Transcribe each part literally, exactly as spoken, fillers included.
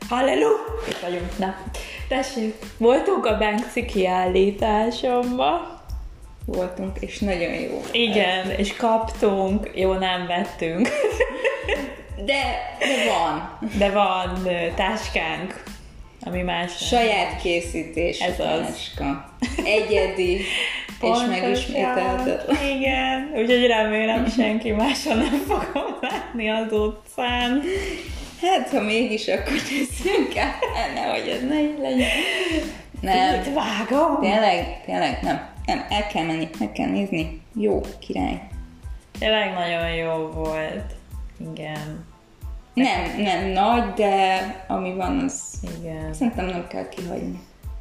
Halleluja! Itt vagyunk. Na, tessék, voltunk a Banksy kiállításomba. Voltunk, és nagyon jó. Igen, és kaptunk, jó, nem vettünk. De, de van. De van táskánk, ami más. Saját készítés. Ez az. Táska. Egyedi. És megismételtetlen. Igen, úgyhogy remélem senki máson nem fogom látni az utcán. Hát, ha mégis, akkor nézzünk el. Nehogy ez ne így legyen. Nem. Itt vágom. Tényleg, tényleg, nem. Nem, el kell menni, meg kell nézni. Jó, király. Tényleg nagyon jó volt. Igen. Nem, nem nagy, de ami van, az igen. Szerintem nem kell kihagyni.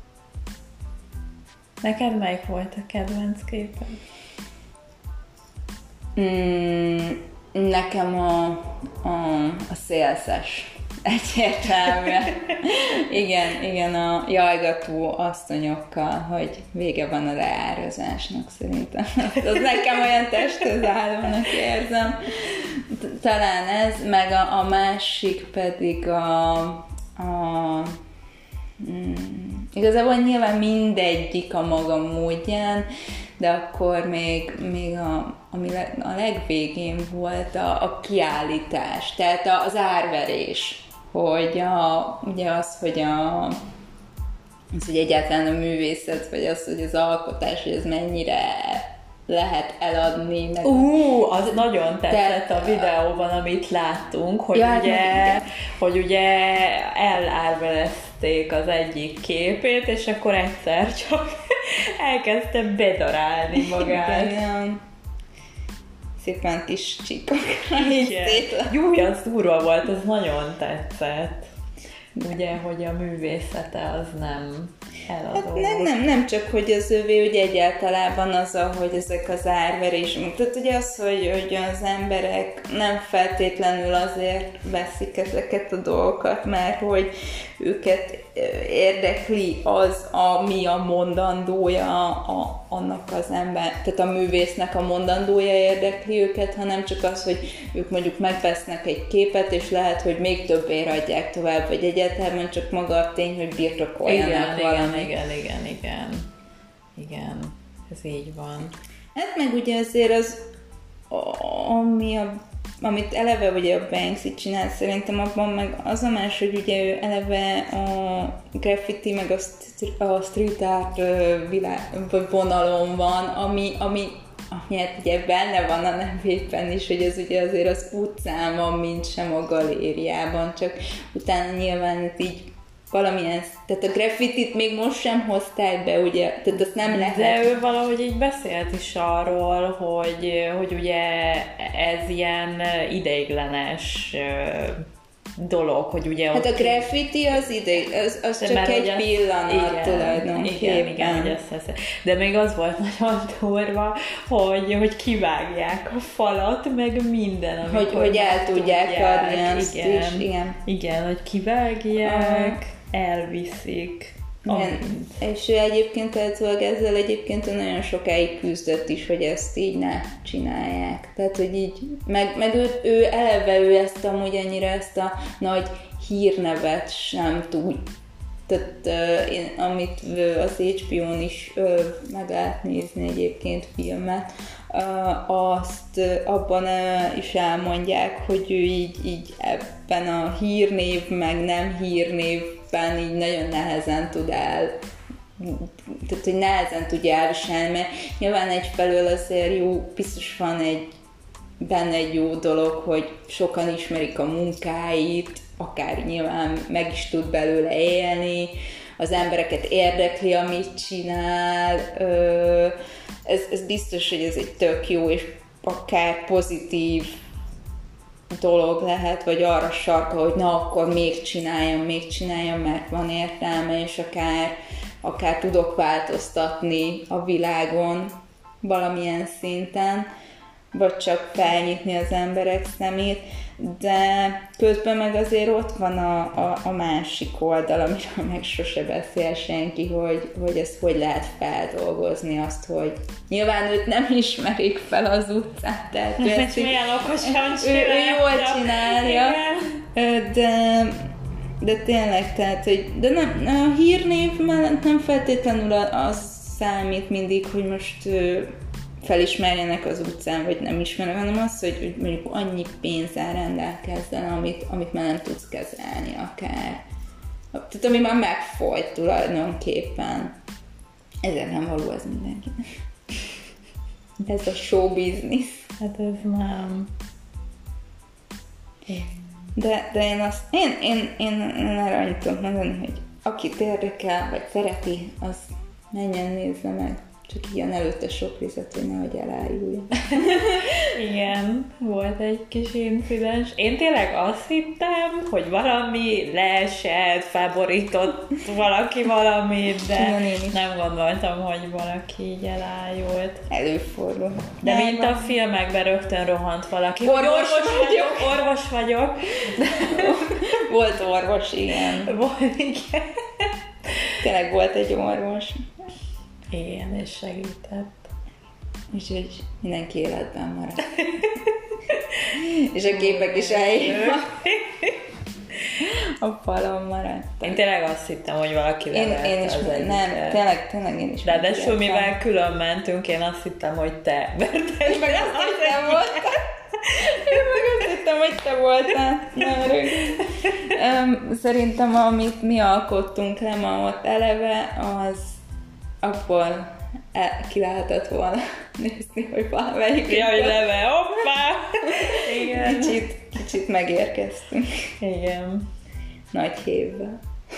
Neked melyik volt a kedvenc képed? Mm, nekem a, a, a szélszes. Egyértelműen. igen, igen, a jajgató asszonyokkal, hogy vége van a leározásnak szerintem. Az nekem olyan testhez állónak érzem. Talán ez, meg a, a másik pedig a, a mm, igazából nyilván mindegyik a maga módján, de akkor még, még a, ami le, a legvégén volt a, a kiállítás, tehát az árverés, hogy a, ugye az, hogy a az, hogy egyáltalán a művészet, vagy az, hogy az alkotás, hogy ez mennyire lehet eladni. Ú, uh, az nagyon tetszett a videóban, amit láttunk, hogy, ja, ugye, hogy ugye elárverezték az egyik képét, és akkor egyszer csak elkezdte bedarálni magát. Igen, szépen kis csíkok. Jó, az durva volt, az nagyon tetszett. Ugye, hogy a művészete az nem eladó. Hát nem, nem, nem csak, hogy az övé, ugye egyáltalában az, hogy ezek az árverések. Tehát ugye az, hogy, hogy az emberek nem feltétlenül azért veszik ezeket a dolgokat, mert hogy őket érdekli az, ami a mondandója a, annak az ember, tehát a művésznek a mondandója érdekli őket, hanem csak az, hogy ők mondjuk megvesznek egy képet, és lehet, hogy még többért adják tovább, vagy egyáltalán csak maga a tény, hogy birtokoljanak valami. Igen, igen, igen, igen. Igen, ez így van. Hát meg ugye azért az, ami a, amit eleve ugye a Banksy csinál, szerintem abban meg az a más, hogy ugye ő eleve a graffiti, meg a, st- a street art világ, vagy vonalon van, ami, ami ami hát ugye benne van a nevében is, hogy ez ugye azért az utcán van, mint sem a galériában, csak utána nyilván így valamilyen, tehát a graffitit még most sem hozták be, ugye, tehát azt nem lehet. De ő valahogy így beszélt is arról, hogy, hogy ugye ez ilyen ideiglenes dolog, hogy ugye hát a graffiti az ideig, az, az csak egy az, pillanat igen, tulajdonképpen. Igen, igen, hogy ezt, ezt. De még az volt nagyon durva, hogy, hogy kivágják a falat, meg minden, hogy, hogy el tudják, tudják adni azt igen, is. Igen. igen, hogy kivágják, uh, elviszik. Igen. És ő egyébként ezzel egyébként nagyon sokáig küzdött is, hogy ezt így ne csinálják. Tehát, hogy így, meg, meg ő, ő eleve ő ezt amúgy ennyire ezt a nagy hírnevet sem tud. Tehát, uh, én, amit uh, az há bé ó-n is uh, meg lehet nézni egyébként filmet, uh, azt uh, abban uh, is elmondják, hogy ő így, így ebben a hírnév, meg nem hírnévben így nagyon nehezen tud el, tehát hogy nehezen tudja elviselni, mert nyilván egyfelől azért jó, biztos van egy benne egy jó dolog, hogy sokan ismerik a munkáit, akár nyilván meg is tud belőle élni, az embereket érdekli, amit csinál, ez, ez biztos, hogy ez egy tök jó és akár pozitív dolog lehet, vagy arra sarka, hogy na akkor még csináljam, még csináljam, mert van értelme, és akár, akár tudok változtatni a világon valamilyen szinten, vagy csak felnyitni az emberek szemét, de közben meg azért ott van a, a, a másik oldal, amiről meg sose beszél senki, hogy, hogy ezt hogy lehet feldolgozni, azt, hogy nyilván őt nem ismerik fel az utcán, tehát ő, ezt milyen okosan ő, ő jól csinálja, de de tényleg, tehát, hogy de nem, a hírnév mellett nem feltétlenül az számít mindig, hogy most ő, felismerjenek az utcán, vagy nem ismernek, hanem az, hogy, hogy mondjuk annyi pénzzel rendelkezzen, amit, amit már nem tudsz kezelni akár. Tehát ami már megfolyt tulajdonképpen. Ezért nem való ez mindenkinek. Ez a show business. Hát ez nem. De, de én azt, én, én, én, én erre annyit tudok mondani, hogy akit érdekel, vagy szereti, az menjen nézze meg. Csak ilyen előtte sok részlet, hogy nehogy elájuljon. Igen, volt egy kis incidens. Én tényleg azt hittem, hogy valami leesett, felborított valaki valamit, de Igen, nem gondoltam, hogy valaki így elájult. Előfordul. De nem, mint van. a filmekben rögtön rohant valaki. Orvos, orvos vagyok. vagyok! Orvos vagyok! Volt orvos, igen. Volt, igen. Tényleg volt egy orvos. Igen, és segített. Úgyhogy mindenki életben maradt. És a képek is eljönnek. A falon maradt. Én tényleg azt hittem, hogy valaki Én, levelte én is, az egyik. nem, tényleg, tényleg én is. De de mivel külön mentünk, én azt hittem, hogy te verted. Én meg azt hittem voltál. Én meg azt hittem, hogy te voltál. Nem rögtön. Um, szerintem, amit mi alkottunk le ma ott eleve, az akkor el, ki lehetett volna nézni, hogy valamelyik. Jaj, leve, hoppá! Igen. Kicsit, kicsit megérkeztünk. Igen. Nagy hévvel.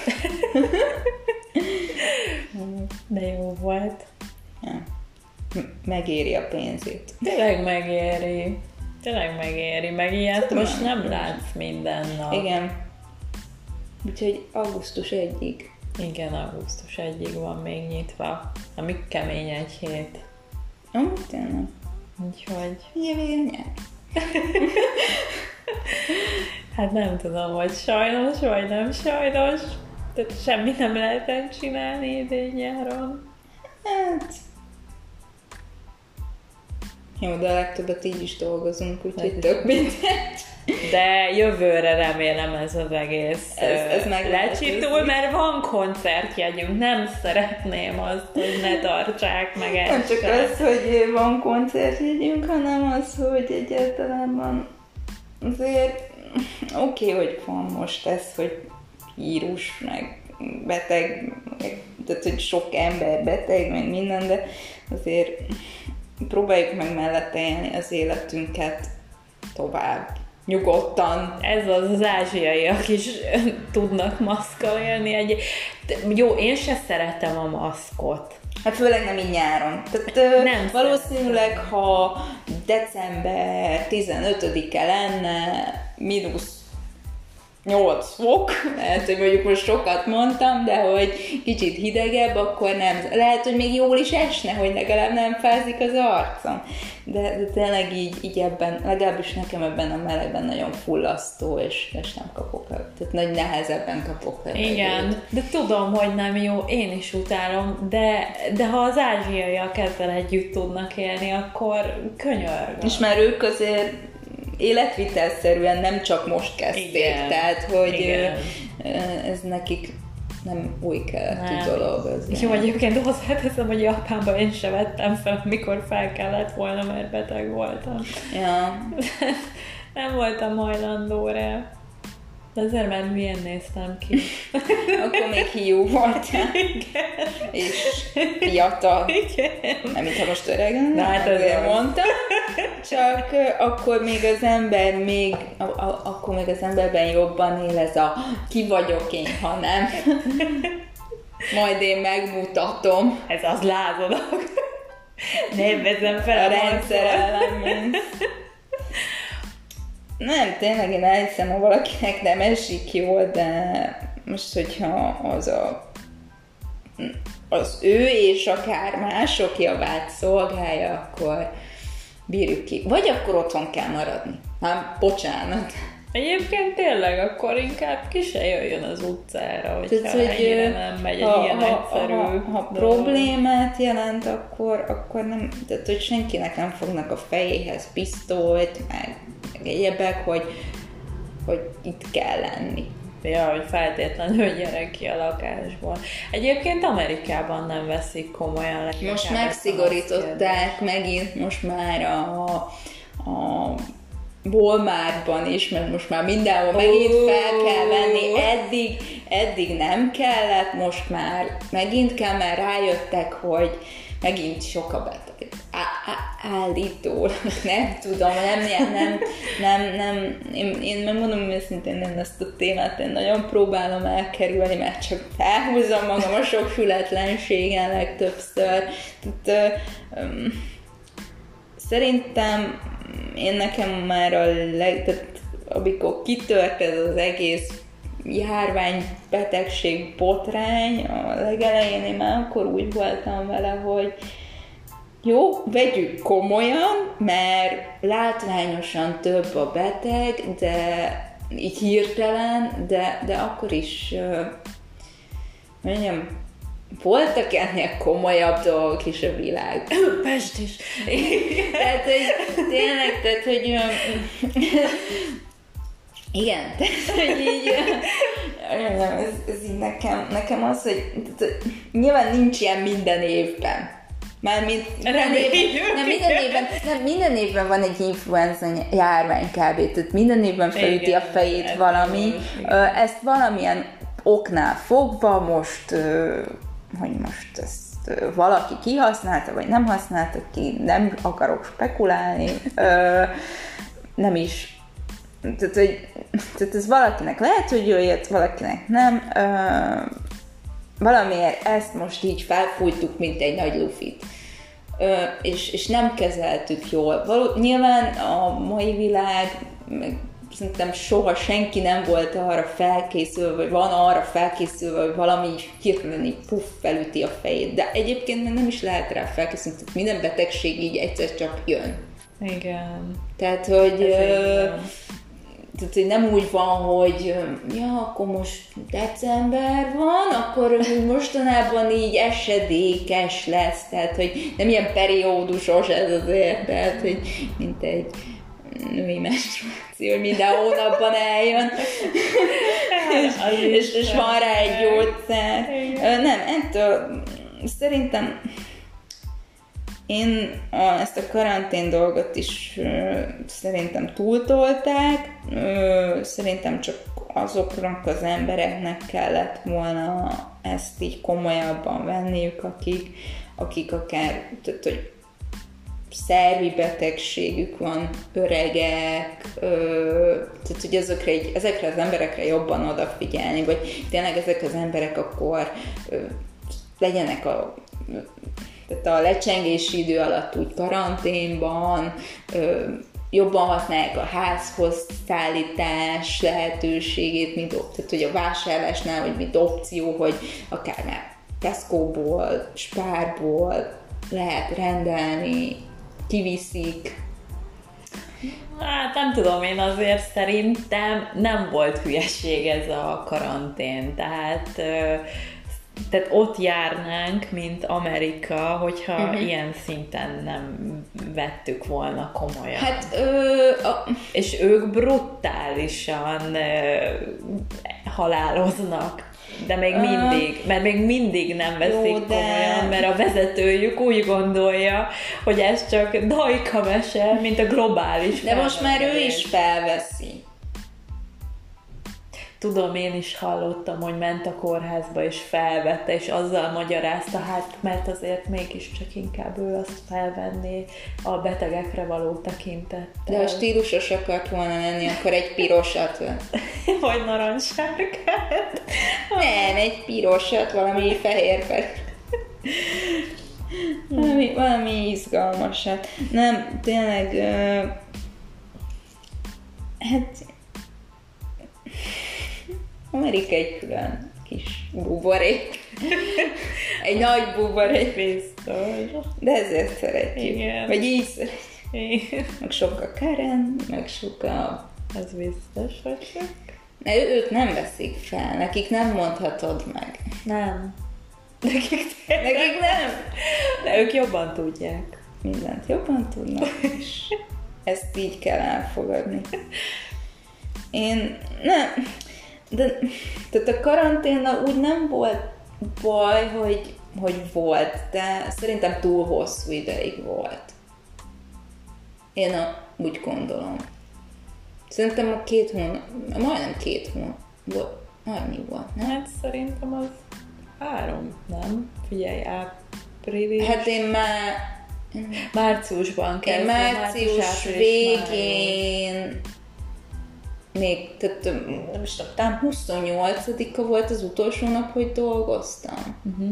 De jó volt. Ja. Megéri a pénzét. Tényleg megéri. Tényleg megéri. Meg ilyet Tudom, most nem látsz minden nap. Igen. Úgyhogy augusztus egyig. Igen, augusztus egyig van még nyitva. Ami kemény egy hét. Amúgy tényleg. Úgyhogy... Jövő nyár. Hát nem tudom, hogy sajnos, vagy nem sajnos. Tehát semmi nem lehetett csinálni idén nyáron. Hát... Jó, de a legtöbbet így is dolgozunk, úgyhogy tök mindegy. De jövőre remélem ez az egész ez, ez meg lecsitul, mert van koncertjegyünk. Nem szeretném azt, hogy ne tartsák meg ezt. Nem csak az, hogy van koncertjegyünk, hanem az, hogy egyáltalán azért oké, okay, hogy van most ez, hogy vírus, meg beteg, meg, tehát hogy sok ember beteg, meg minden, de azért próbáljuk meg mellette élni az életünket tovább. Nyugodtan. Ez az, az ázsiaiak is tudnak maszkkal élni. Egy... Jó, én se szeretem a maszkot. Hát főleg nem így nyáron. Tehát nem valószínűleg, szeretem. Ha december tizenötödike lenne, mínusz nyolc fok, lehet, hogy mondjuk most sokat mondtam, de hogy kicsit hidegebb, akkor nem. Lehet, hogy még jól is esne, hogy legalább nem fázik az arcom. De, de tényleg így, így ebben, legalábbis nekem ebben a melegben nagyon fullasztó, és, és nem kapok le. Tehát nagy nehezebben kapok le. Igen, de tudom, hogy nem jó, én is utálom, de, de ha az ázsiaiak ezzel együtt tudnak élni, akkor könyörgöm. És már ők azért életvitelszerűen nem csak most kezdték, igen, tehát hogy igen. Ez nekik nem új keletű dolog. Az jó, egyébként hozzáteszem, hogy Japánban én sem vettem fel, amikor fel kellett volna, mert beteg voltam. Ja. Nem voltam hajlandó rá. De azért már milyen néztem ki. Akkor még hiú voltál. Igen. És fiatal. Igen. Nem, mintha most öregen, na, hát azért mondtam. Csak akkor még az ember még, a, a, akkor még az emberben jobban él ez a ki vagyok én, ha nem. Majd én megmutatom. Ez az lázadok. Nem vezem fel a rendszer ellen. Nem, tényleg én elhiszem, ha valakinek nem esik jól, de most, hogyha az a az ő és akár mások javát szolgálja, akkor bírjuk ki. Vagy akkor otthon kell maradni. Hát, bocsánat. Egyébként tényleg akkor inkább ki se jöjjön az utcára, hogyha tehát, hogy ennyire nem megy egy ha, ilyen ha, egyszerű Ha, ha problémát jelent, akkor, akkor nem, tehát hogy senkinek nem fognak a fejéhez pisztolyt, meg, meg egyebek, hogy, hogy itt kell lenni. Ja, hogy feltétlenül jöjjön ki a lakásból. Egyébként Amerikában nem veszik komolyan. Most megszigorították megint, most már a, a Walmartban is, mert most már mindenhol oh. megint fel kell venni, eddig, eddig nem kellett, most már megint kell, mert rájöttek, hogy megint sok a beteg. Állítólag, nem tudom, nem, nem, nem, nem, én, én megmondom, hogy őszintén nem ezt a témát, én nagyon próbálom elkerülni, mert csak felhúzom magam a sok fületlenségen legtöbbször. Tehát, um, szerintem én nekem már a leg, tehát amikor kitört ez az egész járványbetegség botrány a legelején, én már akkor úgy voltam vele, hogy jó, vegyük komolyan, mert látványosan több a beteg, de így hirtelen, de, de akkor is, uh, mondjam, voltak ennél komolyabb dolgok is a világban. Pest is. Tehát, hogy tényleg, tehát, hogy igen, tehát, hogy így ez, ez így nekem, nekem az, hogy tehát, nyilván nincs ilyen minden évben. Mármint minden évben, nem, minden, évben, nem, minden évben van egy influenza járvány kb. Tehát minden évben felüti a fejét ez valami. Ez ezt valamilyen oknál fogva most, hogy most ezt valaki kihasználta, vagy nem használta ki, nem akarok spekulálni, nem is. Tehát, hogy, tehát ez valakinek lehet, hogy jött, valakinek nem. Valamiért ezt most így felfújtuk, mint egy nagy lufit. Ö, és, és nem kezeltük jól. Való, nyilván a mai világ, meg szerintem soha senki nem volt arra felkészülve, vagy van arra felkészülve, hogy valami így hirtelen így puff, felüti a fejét. De egyébként meg nem is lehet rá felkészülni, tehát minden betegség így egyszer csak jön. Igen. Tehát, hogy... Tehát, hogy nem úgy van, hogy ja, akkor most december van, akkor mostanában így esedékes lesz, tehát, hogy nem ilyen periódusos ez azért, tehát, hogy mint egy női menstruáció, hogy minden hónapban eljön, és, és, és van rá egy gyógyszer. Nem, ettől szerintem én a, ezt a karantén dolgot is ö, szerintem túltolták, ö, szerintem csak azoknak az embereknek kellett volna ezt így komolyabban venniük, akik, akik akár, tehát, hogy szervi betegségük van, öregek, ö, tehát hogy ezekre, ezekre az emberekre jobban odafigyelni, vagy tényleg ezek az emberek akkor ö, legyenek a tehát a lecsengési idő alatt úgy karanténban, ö, jobban használják a házhoz szállítás lehetőségét, mint, tehát hogy a vásárlásnál, hogy mint opció, hogy akár már Tesco-ból, Spárból lehet rendelni, kiviszik. Hát nem tudom, én azért szerintem nem volt hülyeség ez a karantén, tehát... Ö, Tehát ott járnánk, mint Amerika, hogyha uh-huh. ilyen szinten nem vettük volna komolyan. Hát, ö, a... És ők brutálisan ö, haláloznak, de még mindig, mert még mindig nem veszik Jó, de... komolyan, mert a vezetőjük úgy gondolja, hogy ez csak dajka mese, mint a globális De most már ő is felveszi. Tudom, én is hallottam, hogy ment a kórházba és felvette, és azzal magyarázta, hát mert azért mégiscsak inkább ő azt felvenné a betegekre való tekintettel. De ha stílusos akart volna lenni, akkor egy pirosat vett. Vagy narancssárgát. Nem, egy pirosat, valami fehér-fehér. Valami, valami izgalmasat. Nem, tényleg... Uh, hát... Amerika egy külön kis buborék. Egy nagy buborék. Biztos. De ezért szeretjük. Igen. Vagy így szeretjük. Igen. Meg sok a Karen, meg sok a... Ez biztos, hogy sok. Ne, ő, ők nem veszik fel, nekik nem mondhatod meg. Nem. Nekik, nekik nem. De ők jobban tudják. Mindent jobban tudnak, és ezt így kell elfogadni. Én nem... de tehát a karanténnal úgy nem volt baj, hogy, hogy volt, de szerintem túl hosszú ideig volt. Én a, úgy gondolom. Szerintem a két hónap, majdnem két hónap volt, annyi volt, nem? Hát szerintem az három, nem? Figyelj, április... Hát én már... Márciusban kezdve. Én március, március végén... Még, tehát nem is tudom, talán huszonnyolcadika volt az utolsó nap, hogy dolgoztam. Uh-huh.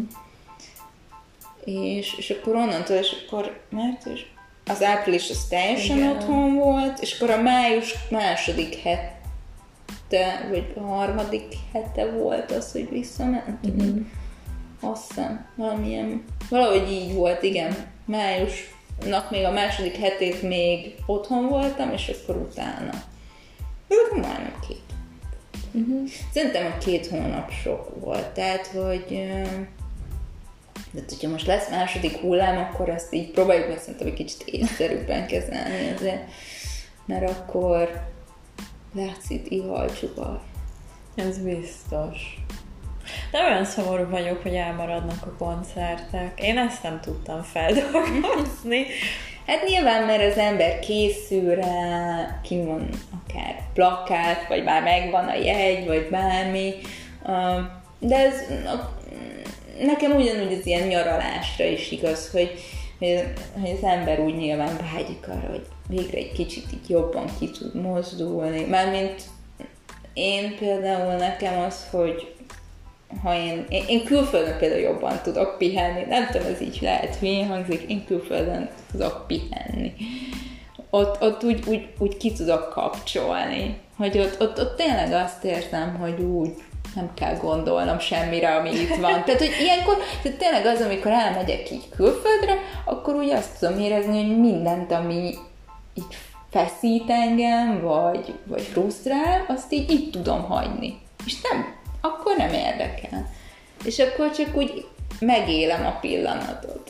És, és akkor onnantól, és akkor március... Az április az teljesen igen. Otthon volt, és akkor a május második hete, vagy a harmadik hete volt az, hogy visszamentünk. Uh-huh. Azt hiszem, valamilyen, valahogy így volt, igen. Májusnak még a második hetét még otthon voltam, és akkor utána. Majdnem két. Uh-huh. Szerintem a két hónap sok volt, tehát, hogy de hogyha most lesz második hullám, akkor ezt így próbáljuk meg szerintem egy kicsit észszerűbben kezelni ezért, mert akkor látszik ihalcsubaj. Ez biztos. De olyan szomorú vagyok, hogy elmaradnak a koncertek. Én ezt nem tudtam feldolgozni. Hát nyilván, mert az ember készül rá, ki van akár plakát, vagy már megvan a jegy, vagy bármi. De ez nekem ugyanúgy az ilyen nyaralásra is igaz, hogy, hogy az ember úgy nyilván vágyik arra, hogy végre egy kicsit így jobban ki tud mozdulni. Mármint én például nekem az, hogy ha én, én, én külföldön például jobban tudok pihenni, nem tudom, ez így lehet, hülyén hangzik, én külföldön tudok pihenni. Ott, ott úgy, úgy, úgy ki tudok kapcsolni, hogy ott, ott, ott tényleg azt érzem, hogy úgy nem kell gondolnom semmire, ami itt van. Tehát, hogy ilyenkor, tehát tényleg az, amikor elmegyek így külföldre, akkor úgy azt tudom érezni, hogy mindent, ami így feszít engem, vagy, vagy frusztrál, azt így itt tudom hagyni. És nem, akkor nem érdekel. És akkor csak úgy megélem a pillanatot.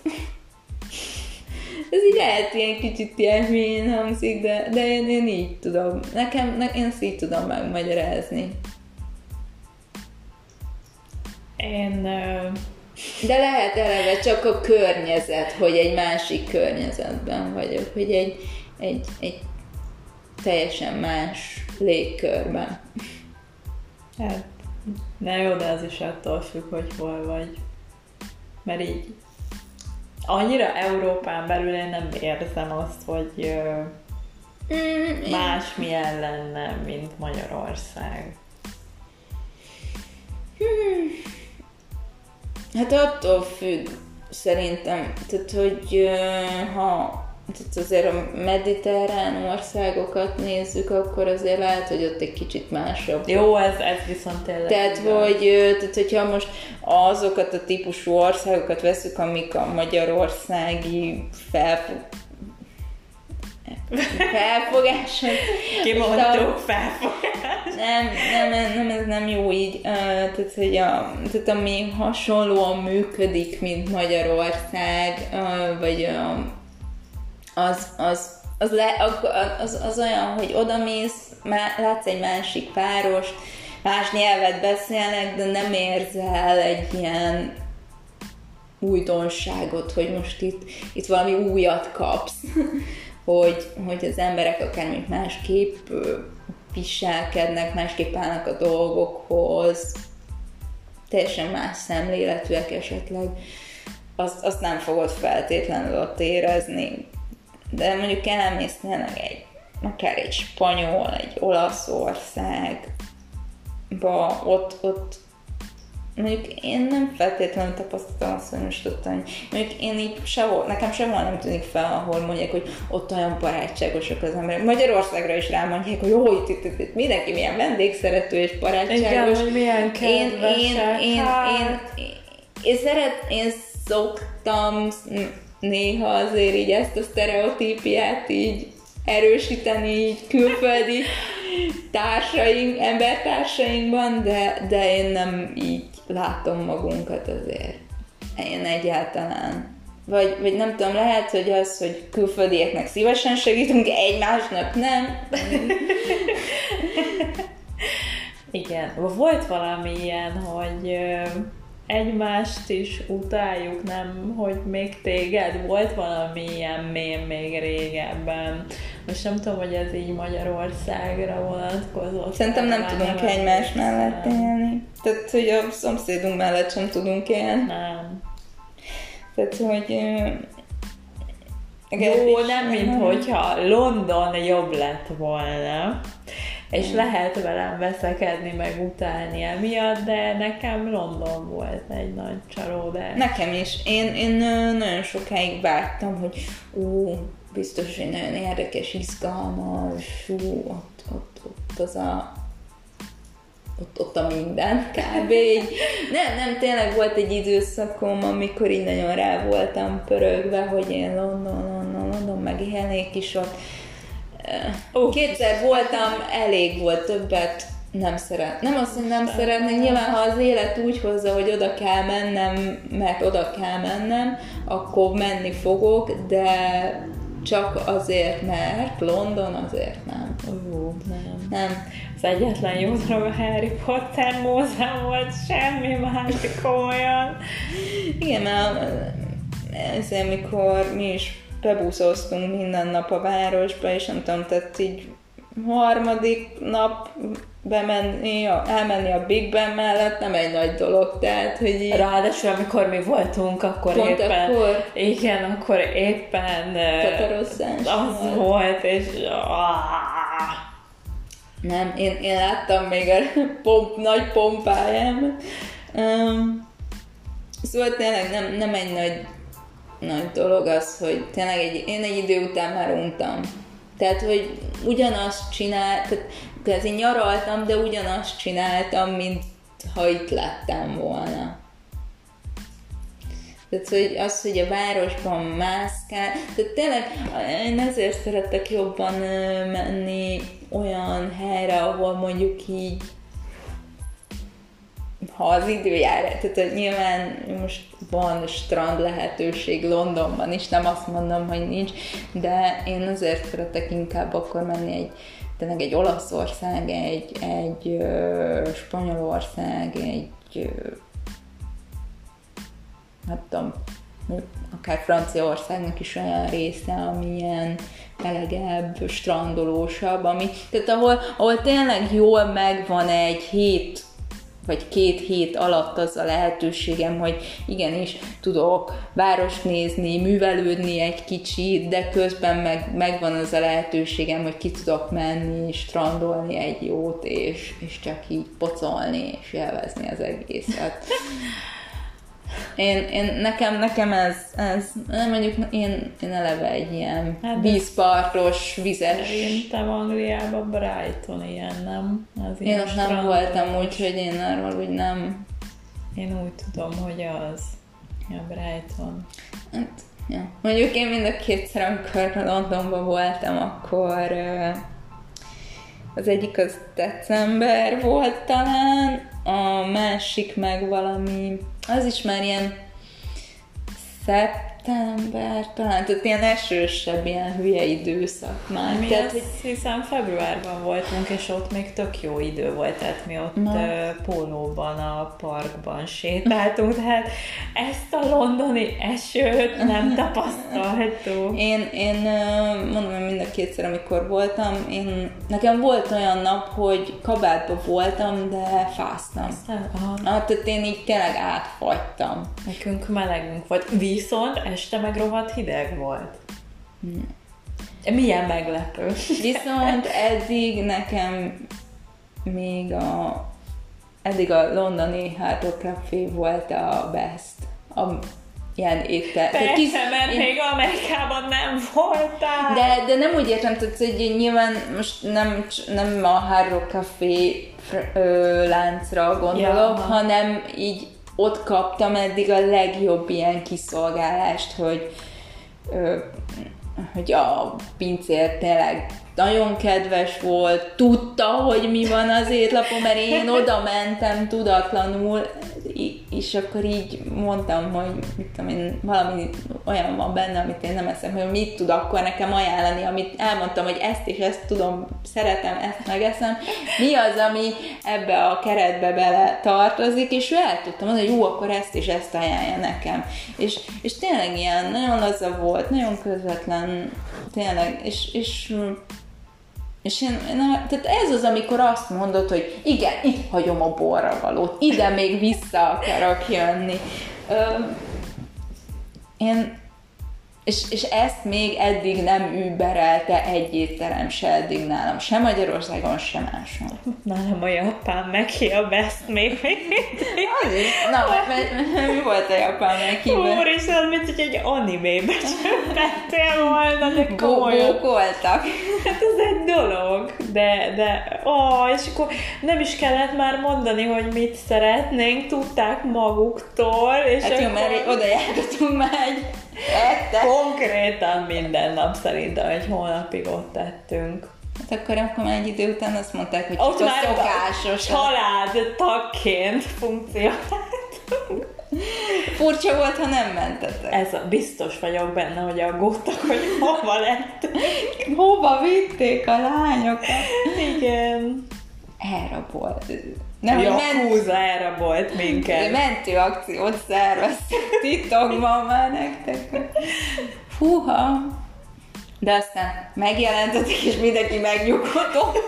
Ez így lehet ilyen kicsit ilyen hülyén hangzik, de, de én, én így tudom. Nekem, ne, én ezt így tudom megmagyarázni. Én... De lehet eleve csak a környezet, hogy egy másik környezetben vagyok, hogy egy, egy, egy teljesen más légkörben. Hát, na jó, de az is attól függ, hogy hol vagy. Mert így annyira Európán belül én nem érzem azt, hogy mm, másmilyen lenne, mint Magyarország. Hmm. Hát attól függ, szerintem, tehát, hogy ha tehát azért a mediterrán országokat nézzük, akkor azért lehet, hogy ott egy kicsit másabb. Jó, ez, ez viszont tényleg. Tehát, hogy, tehát, hogyha most azokat a típusú országokat veszük, amik a magyarországi felfog... felfogások. Kimondtuk felfogás. Nem, nem, nem, ez nem jó így. Uh, tehát, hogy a, tehát ami hasonlóan működik, mint Magyarország, uh, vagy uh, az, az, az, le, az, az olyan, hogy odamész, látsz egy másik párost, más nyelvet beszélnek, de nem érzel egy ilyen újdonságot, hogy most itt, itt valami újat kapsz. hogy, hogy az emberek akár még másképp viselkednek, másképp állnak a dolgokhoz, teljesen más szemléletűek esetleg, azt, azt nem fogod feltétlenül ott érezni. De mondjuk elmész tényleg egy, akár egy spanyol, egy Olaszországba, ott, ott mondjuk én nem feltétlenül tapasztaltam azt, hogy most ott annyi. Mondjuk én így sehol, nekem sehol nem tűnik fel, ahol mondják, hogy ott olyan barátságosak az emberek. Magyarországra is rámondják, hogy jó, itt, itt, itt, itt mindenki milyen vendégszerető és barátságos. Igen, hogy milyen kedvesek. Én, én, én, én, én, én, szeret, én szoktam néha azért így ezt a sztereotípiát így erősíteni, így külföldi társaink, embertársainkban, de, de én nem így látom magunkat azért. Én egyáltalán. Vagy, vagy nem tudom, lehet, hogy az, hogy külföldieknek szívesen segítünk, egymásnak nem. Igen, volt valami ilyen, hogy egymást is utáljuk, nem, hogy még téged, volt valami ilyen mém még régebben. Most nem tudom, hogy ez így Magyarországra vonatkozott. Szerintem nem tudunk nem egymás mellett élni. Tehát, hogy a szomszédunk mellett sem tudunk élni. Nem. Tehát, hogy... Jó, nem, mint hogyha London jobb lett volna, és mm. lehet velem veszekedni, meg utálni emiatt, de nekem London volt egy nagy csalódás. Nekem is. Én, én nagyon sokáig vártam, hogy ú, biztos, hogy nagyon érdekes, izgalmas, ú, ott, ott, ott az a Ott, ott a minden, kb. Így. Nem, nem, tényleg volt egy időszakom, amikor így nagyon rá voltam pörögve, hogy én London, London, London megélnék is ott. Uh, Kétszer voltam, elég volt, többet nem szeret. Nem azt, hogy nem szeretnék, nyilván ha az élet úgy hozza, hogy oda kell mennem, mert oda kell mennem, akkor menni fogok, de csak azért, mert London azért nem. Ó, nem. Nem. Az egyetlen jó dolog a Harry Potter múzeum volt, semmi más, komolyan. Igen, mert ezért, mikor mi is bebuszoztunk minden nap a városba, és nem tudom, tehát így harmadik nap bemenni, elmenni a Big Ben mellett nem egy nagy dolog, tehát, hogy így... Ráadásul, amikor mi voltunk, akkor Pont éppen... akkor? Igen, akkor éppen... Tatarosszás az volt, volt és... Nem, én, én láttam még a pomp, nagy pompájám. Um, szóval tényleg nem, nem egy nagy, nagy dolog az, hogy tényleg egy, én egy idő után már untam. Tehát, hogy ugyanazt csináltam, tehát én nyaraltam, de ugyanazt csináltam, mint ha itt lettem volna. Tehát, hogy az, hogy a városban mászkál, tehát tényleg én ezért szeretek jobban menni olyan helyre, ahol mondjuk így, ha az idő jár, tehát nyilván most van strand lehetőség Londonban is, nem azt mondom, hogy nincs, de én azért szeretek inkább akkor menni egy, tényleg egy Olaszország, egy, egy ö, Spanyolország, egy ö, nem tudom, akár Franciaországnak is olyan része, ami ilyen melegebb, strandolósabb, ami, tehát ahol, ahol tényleg jól megvan egy hét, vagy két hét alatt az a lehetőségem, hogy igenis tudok várost nézni, művelődni egy kicsit, de közben meg, megvan az a lehetőségem, hogy ki tudok menni, strandolni egy jót, és, és csak így pocolni, és élvezni az egészet. Én, én, nekem, nekem ez, ez, mondjuk én, én eleve egy ilyen hát vízpartos, vizes... Szerintem Angliában Brighton ilyen, nem? Az én ott nem voltam, úgyhogy én arról úgy nem... Én úgy tudom, hogy az. Ja, Brighton. Hát, ja. Mondjuk én mind a kétszer, amikor Londonban voltam, akkor az egyik az december volt talán, a másik meg valami, az is már ilyen szeptember, talán, tehát ilyen esősebb, ilyen hülye időszak már. Mi tehát, azt hogy... hiszem februárban voltunk, és ott még tök jó idő volt, tehát mi ott Na. pólóban a parkban sétáltunk, tehát ezt a londoni esőt nem tapasztaltuk. Én, én mondom, hogy mind a kétszer, amikor voltam, én, nekem volt olyan nap, hogy kabátban voltam, de fáztam. Ah, tehát én így tényleg átfagytam. Nekünk melegünk volt, viszont este meg rohadt hideg volt. Hmm. Milyen meglepő. Viszont eddig nekem még a eddig a londoni Hard Rock Café volt a best. A ilyen étel. Persze, kis, mert én... még Amerikában nem voltál. De, de nem úgy értem, tehát, hogy nyilván most nem, nem a Hard Rock Café ö, láncra gondolok, ja, hanem így ott kaptam eddig a legjobb ilyen kiszolgálást, hogy, ö, hogy a pincér tényleg nagyon kedves volt, tudta, hogy mi van az étlapon, mert én oda mentem tudatlanul, és akkor így mondtam, hogy mit tudom én, valami olyan van benne, amit én nem eszem, hogy mit tud akkor nekem ajánlani, amit elmondtam, hogy ezt és ezt tudom, szeretem, ezt megeszem, mi az, ami ebbe a keretbe bele tartozik, és ő el tudtam mondani, hogy jó, akkor ezt és ezt ajánlja nekem. És, és tényleg ilyen, nagyon laza volt, nagyon közvetlen, tényleg, és, és És én, na, tehát ez az, amikor azt mondod, hogy igen, itt hagyom a borravalót, ide még vissza akarok jönni. Ö, én, és, és ezt még eddig nem überelte egy étterem se eddig nálam, sem Magyarországon, sem máson. Nálam a japán meki a best még mindig. Na, mert, mert mi volt a japán mekiben? Úristen, mint hogy egy animébe csöppentél volna, de komolyan. Bókoltak. Hát ez egy dolog, de, de, ó, és akkor nem is kellett már mondani, hogy mit szeretnénk, tudták maguktól, és hát akkor... jó, mert oda jártunk már egy ette. Konkrétan minden nap szerintem egy hónapig ott tettünk. Hát akkor, akkor már egy idő után azt mondták, hogy ott csak már szokásos. családtagként funkcionáltunk. Furcsa volt, ha nem mentetek. Ez a, biztos vagyok benne, hogy aggódtak, hogy hova lett. Hova vitték a lányokat? Igen. Elrabolt. Nem, hogy Yakuza elrabolt minket. Mentőakciót szerveztek titokban már nektek. Húha! De aztán megjelentetek, és mindenki megnyugodott.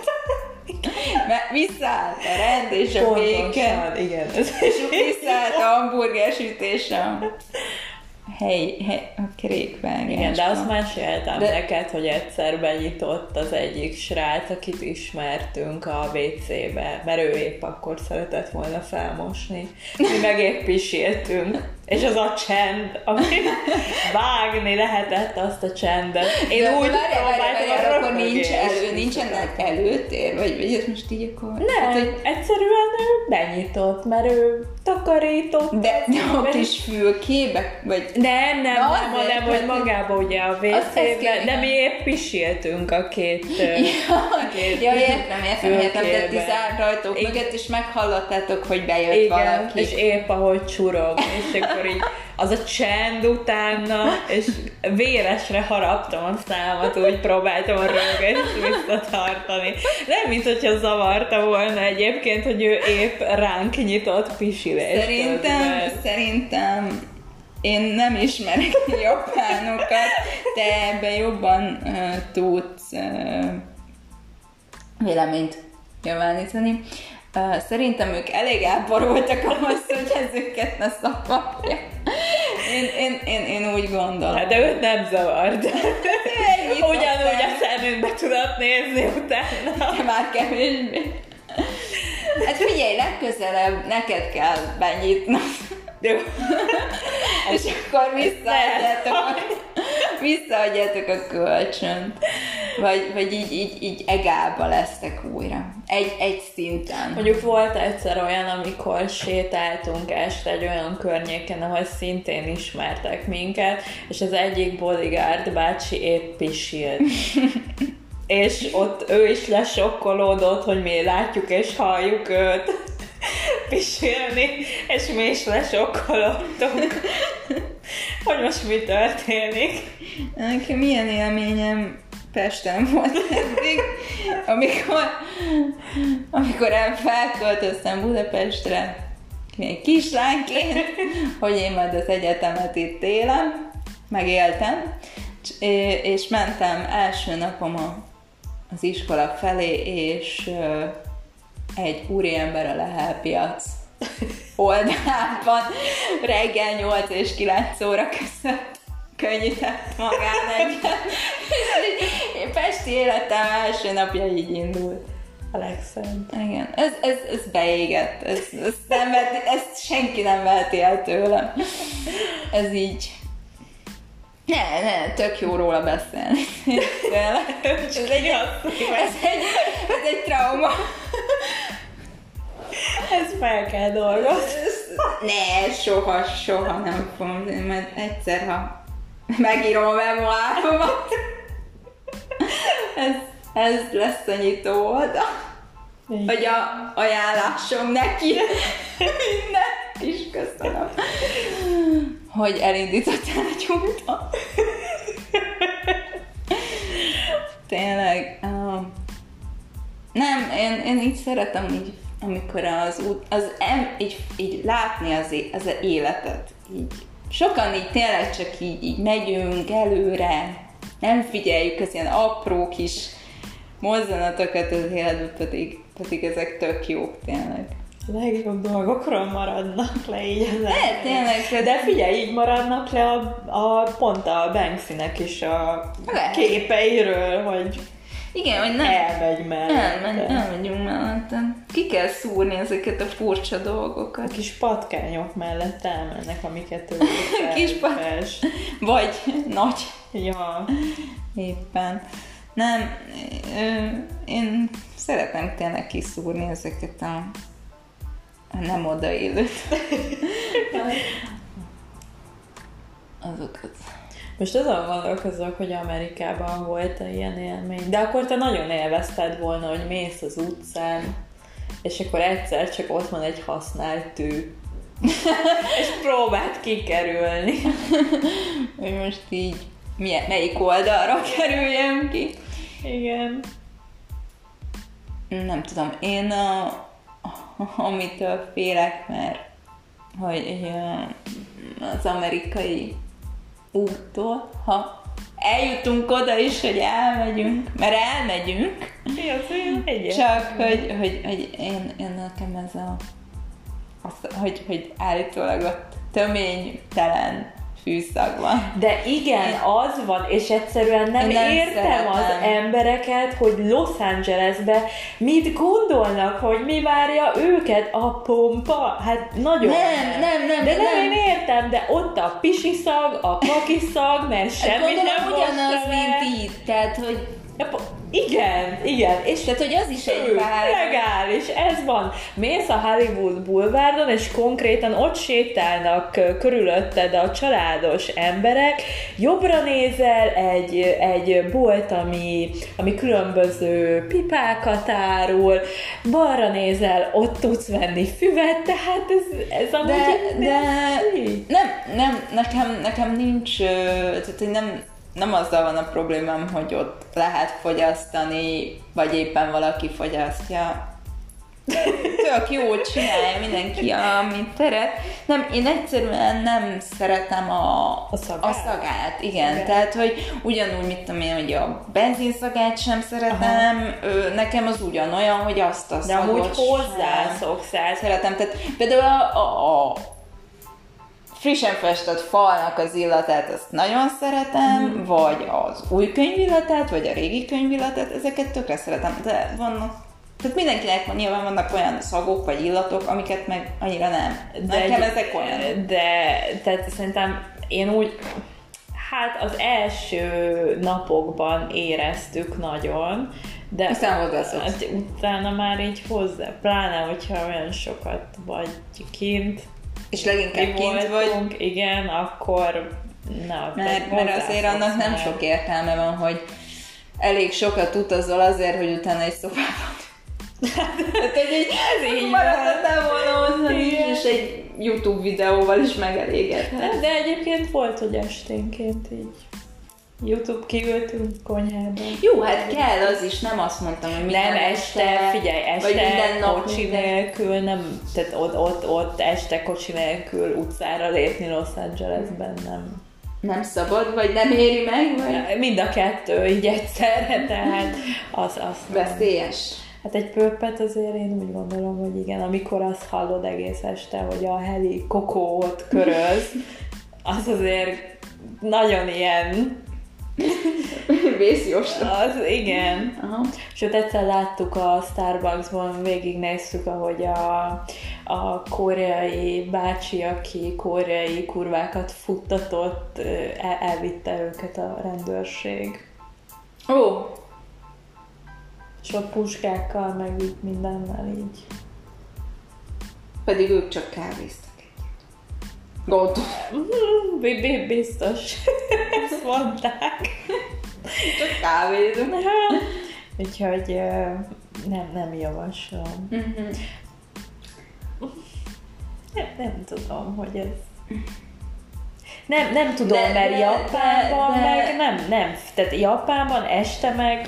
Mert visszaállt a rend és a béke. Igen. És visszaállt a hamburgersütés a hely, hely, a kerékvágásban. Igen, de azt meséltem de... neked, hogy egyszer benyitott az egyik srác, akit ismertünk a vé cébe, mert ő épp akkor szeretett volna felmosni. Mi meg épp pisiltünk. És az a csend, amit vágni lehetett azt a csendet. Én de úgy próbáltam, akkor nincs elő, nincsenek előtér, vagy, vagy ez most így akkor... Nem, hát, hogy... egyszerűen ő benyitott, mert ő takarított. De, de a kis fülkébe, vagy... Nem, nem, Na, nem, hanem, hogy magába ugye a vé cébe, de mi épp pisiltünk a két... ja, két ja, értem, értem, értem, de ti zárt ajtók mögött, és meghallottátok, hogy bejött igen, valaki. És épp ahogy csurog, és akkor így az a csend utána, és véresre haraptam a számat, úgy próbáltam a rögést visszatartani. Nem, mint hogyha zavarta volna egyébként, hogy ő épp ránk nyitott pisilést. Szerintem, szerintem én nem ismerek japánokat, te ebben jobban uh, tudsz uh, véleményt nyilvánítani. Uh, szerintem ők elég elborultak ahhoz, hogy ez őket ne szavarja. Én, én, én, én úgy gondolom. Hát de őt nem zavart. Ugyanúgy a szemünkbe tudott nézni utána. Már kevésbé. Hát figyelj, legközelebb neked kell benyitnod. És akkor visszaadjátok, visszaadjátok a kölcsönt. Vagy, vagy így, így, így egába lesztek újra. Egy, egy szinten. Mondjuk volt egyszer olyan, amikor sétáltunk este egy olyan környéken, ahol szintén ismertek minket, és az egyik bodyguard bácsi épp pisilt. És ott ő is lesokkolódott, hogy mi látjuk és halljuk őt pisilni, és mi is lesokkolottunk, hogy most mi történik. Nekem milyen élményem Pesten volt eddig, amikor, amikor felköltöztem Budapestre kislányként, hogy én majd az egyetemet itt élem, megéltem, és mentem első napom az iskola felé, és egy úriember a Lehel piac oldalában reggel nyolc és kilenc óra között könnyített magán egyet. Pesti életem első napja így indult. A legszebb. Igen, ez, ez, ez beégett. Ez, ez nem veti, ezt senki nem veheti el tőlem. Ez így... Ne, ne, tök jó róla beszélni. ez, egy, ez, egy, ez egy trauma. Ezt fel kell dolgozni. Ne, soha, soha nem fogom, mert egyszer, ha megírom a memoáromat, ez, ez lesz a nyitó oldal. Vagy a ajánlásom neki. Minden. is köszönöm, hogy elindítottál egy úton. Tényleg. Uh, nem, én, én így szeretem így, amikor az út, az em, így, így látni az, é, az életet. Így. Sokan így tényleg csak így, így megyünk előre, nem figyeljük az ilyen apró kis mozzanatokat az életben, pedig, pedig ezek tök jók tényleg. Legjobb dolgokról maradnak le így az Ne, tényleg. De figyelj, így maradnak le a, a pont a Banksynek is a Lehet. képeiről, hogy igen, hogy nem elmegy mellette. elmegy, elmegyünk mellette. Ki kell szúrni ezeket a furcsa A dolgokat. kis patkányok mellett elmennek, amiket ő Kis patkányok. Vagy nagy. Ja. Éppen. Nem, ö, én szeretem tényleg kiszúrni ezeket a, a nem odaillőt. Azokat. Most azon gondolkozok, hogy Amerikában volt ilyen élmény, de akkor te nagyon élvezted volna, hogy mész az utcán, és akkor egyszer csak ott van egy használt tű, és próbáld kikerülni. Hogy most így milyen, melyik oldalra kerüljem ki. Igen. Nem tudom, én a, amitől félek, mert hogy az amerikai úttól, ha eljutunk oda is, hogy elmegyünk, mert elmegyünk, csak hogy, hogy, hogy én, én nekem ez a, az, hogy, hogy állítólag ott töménytelen fűszag van. De igen, az van, és egyszerűen nem, nem értem szeretem. az embereket, hogy Los Angelesbe mit gondolnak, hogy mi várja őket, a pompa? Hát nagyon Nem, nem, nem, De nem, nem. én értem, de ott a pisiszag, a kakiszag, mert semmi Gondolom nem ugyanaz, volt mint így, tehát, hogy igen, igen, és tehát, hogy az is egy Ő, vár. legális, ez van. Mész a Hollywood Boulevardon, és konkrétan ott sétálnak ö, körülötted a családos emberek, jobbra nézel egy, egy bolt, ami, ami különböző pipákat árul, balra nézel, ott tudsz venni füvet, tehát ez, ez amúgy De, de így. nem, nem, nekem, nekem nincs, ö, tehát hogy nem, nem azzal van a problémám, hogy ott lehet fogyasztani, vagy éppen valaki fogyasztja. Tök jó, csinálja mindenki, amit szeret. Nem, én egyszerűen nem szeretem a, A szagát. a szagát. Igen, Igen. tehát, hogy ugyanúgy, mit tudom én, hogy a benzinszagát sem szeretem, ö, nekem az ugyanolyan, hogy azt a De szagot amúgy sem hozzászoksz, tehát szeretem. Tehát például a, a, a frissen festett falnak az illatát, azt nagyon szeretem, mm. vagy az új könyvillatát, vagy a régi könyvillatát, ezeket tökre szeretem, de vannak, tehát mindenkinek van, nyilván vannak olyan szagok, vagy illatok, amiket meg annyira nem. De Nekem egy- ezek olyan. De, tehát szerintem én úgy, hát az első napokban éreztük nagyon, de Aztán hozzászoksz. hát utána már így hozzá, pláne, hogyha olyan sokat vagy kint, És leginkább mi kint vagy, voltunk, igen, akkor na, mert, tehát mert azért annak nem hozzászoksz sok értelme van, hogy elég sokat utazol azért, hogy utána egy szobában. Tehát, hogy így, Ez így maradhatnál volna otthon is, Igen. és egy YouTube videóval is megelégedhet. De, de egyébként volt, hogy esténként így YouTube kiültünk konyhában. Jó, hát kell az is, nem azt mondtam, hogy minden Nem, este, figyelj, vagy minden este nap kocsi minden. nélkül, nem, tehát ott, ott, ott este kocsi nélkül utcára lépni Los Angelesben nem. Nem szabad, vagy nem éri meg, vagy Mind a kettő így egyszerre, tehát az, az nem. veszélyes. Hát egy pöppet azért én úgy gondolom, hogy igen, amikor azt hallod egész este, hogy a heli kokót köröz, az azért nagyon ilyen, Vészjósra. az igen. Aha. Sőt, egyszer láttuk a Starbucksban, végignéztük, ahogy a, a koreai bácsi, aki koreai kurvákat futtatott, el, elvitte őket a rendőrség. Ó, És ott puskákkal, meg így mindennel így. pedig ők csak kávéztak egyet. Gondolom. B- b- biztos. Ezt mondták. Csak kávézunk. Úgyhogy ö, nem, nem javaslom. Uh-huh. Nem, nem tudom, hogy ez... Nem, nem tudom, de, mert de, Japánban de, de, meg nem, nem. Tehát Japánban este meg...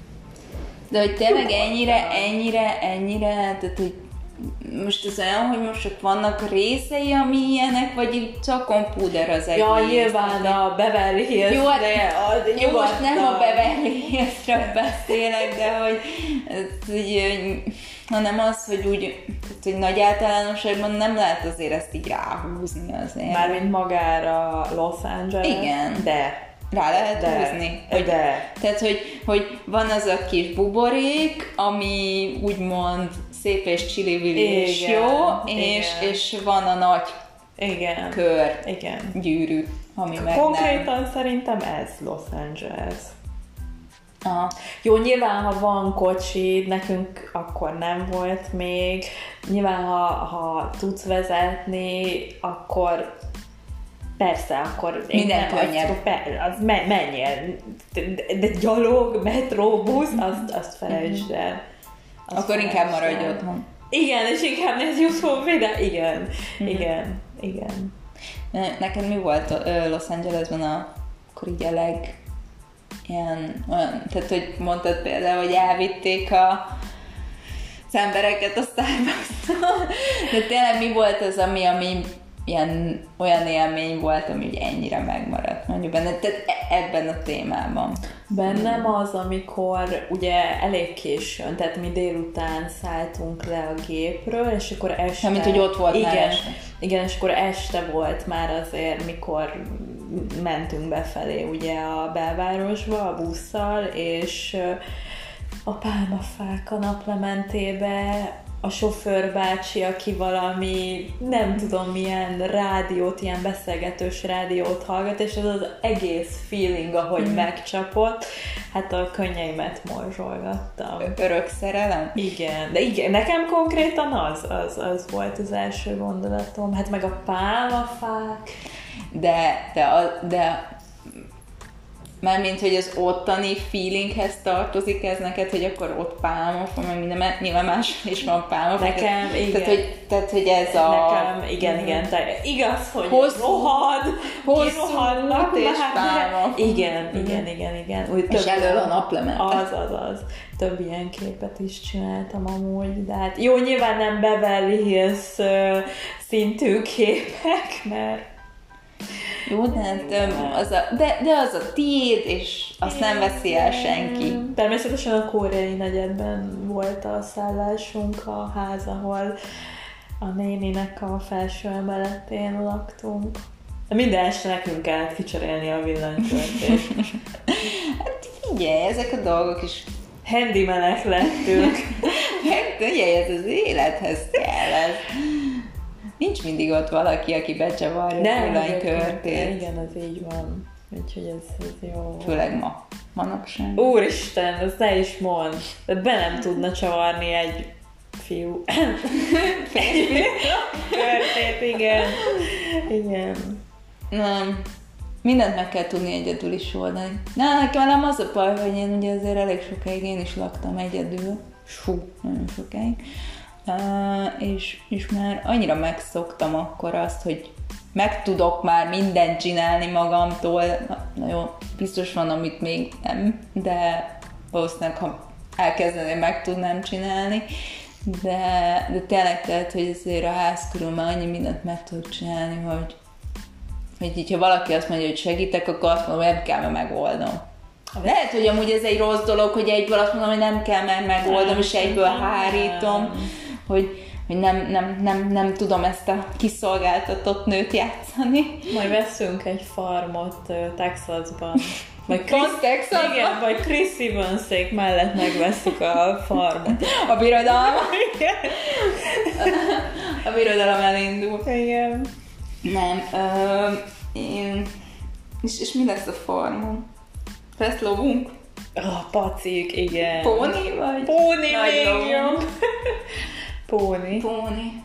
De hogy tényleg ennyire, ennyire, ennyire, tehát hogy most az olyan, hogy most csak vannak részei, ami ilyenek, vagy itt csak kompúder az egész? Ja, nyilván a Beverly Hills, jó, de az jó, most nem a Beverly Hillsről beszélek, de hogy, ez így, hanem az, hogy úgy, tehát, hogy nagy általánosságban nem lehet azért ezt így ráhúzni azért. Mármint magára Los Angeles. Igen. De. Rá lehet de, húzni. Hogy, de. Tehát, hogy, hogy van az a kis buborék, ami úgymond szép és csili-vili és jó, és, és van a nagy igen. kör, igen. gyűrű, ami meg konkrétan nem. Szerintem ez Los Angeles. Aha. Jó, nyilván, ha van kocsi, nekünk akkor nem volt még. Nyilván, ha, ha tudsz vezetni, akkor persze, akkor minden könnyebb. Az, az me, menjél. De, de gyalog, metró, busz, azt, azt felejtsd el. Azt akkor inkább maradj otthon. Igen, és inkább nézz YouTube videó. Igen, mm. igen, igen. Neked mi volt Los Angelesben a, akkor így a leg ilyen, olyan, tehát hogy mondtad például, hogy elvitték a az embereket a Starbucks-tól, de tényleg mi volt az, ami, ami ilyen, olyan élmény volt, ami ugye ennyire megmaradt mondjuk benne, tehát ebben a témában. Bennem az, amikor ugye elég későn, tehát mi délután szálltunk le a gépről, és akkor este... Mint hogy ott volt igen, már este. Igen, és akkor este volt már azért, mikor mentünk befelé ugye a belvárosba a busszal, és a pálmafák a naplementébe, a sofőr bácsi, aki valami, nem tudom milyen rádiót, ilyen beszélgetős rádiót hallgat, és ez az egész feeling, ahogy mm. megcsapott, hát a könnyeimet morzsolgattam. Örök szerelem? Igen, de igen, nekem konkrétan az, az, az volt az első gondolatom, hát meg a pálmafák. De, de, a, de mármint, hogy az ottani feelinghez tartozik ez neked, hogy akkor ott pálmafa, meg minden, mert nyilván más is van pálmafa. Nekem, tehát, igen. Tehát hogy, tehát, hogy ez a... Nekem, igen, mm-hmm. igen. Tehát igaz, hogy hosszú, rohad, hosszú és pálmafa. Igen, mm-hmm. igen, igen, igen. Úgy és elől a naplemente. Az, az, az. Több ilyen képet is csináltam amúgy, de hát jó, nyilván nem Beverly Hills uh, szintű képek, mert jó, de, az a, de, de az a tiéd, és azt nem veszi el senki. Természetesen a koreai negyedben volt a szállásunk, a ház, ahol a néninek a felső emeletén laktunk. Minden este nekünk kellett kicserélni a villanykörtést. Hát figyelj, ezek a dolgok is handymanek lettünk. Figyelj, ez az élethez kell. Ez. Nincs mindig ott valaki, aki becsavarja a villanykörtét. Igen, az így van. Úgyhogy ez, ez jó. Főleg ma. Manapság. Úristen, ezt ne is mondd. Be nem tudna csavarni egy fiú. Körtét, igen. Igen. Nem. Mindent meg kell tudni egyedül is oldani. Na, nekem nem az a baj, hogy én ugye azért elég sokáig én is laktam egyedül. Fú, nagyon sokáig. Uh, és, és már annyira megszoktam akkor azt, hogy meg tudok már mindent csinálni magamtól. Na jó, biztos van, amit még nem, de valószínűleg, ha elkezdeném, meg tudnám csinálni. De, de tényleg tehát, hogy azért a ház körül már annyi mindent meg tudok csinálni, hogy, hogy így, ha valaki azt mondja, hogy segítek, akkor azt mondom, hogy nem kell, mert megoldom. Lehet, hogy amúgy ez egy rossz dolog, hogy egyből azt mondom, hogy nem kell, mert megoldom, és egyből hárítom, hogy, hogy nem, nem, nem, nem tudom ezt a kiszolgáltatott nőt játszani. Majd veszünk egy farmot uh, Texasban. Vagy Chris, Texasban? Igen, vagy Chris Evansék mellett megveszük a farmot. A birodalma? A birodalom elindul. Igen. Nem. Uh, én... és, és mi lesz a farmon? Lesz lovunk? Oh, pacik, igen. Póni vagy? Póni még jobb. Póni. Póni.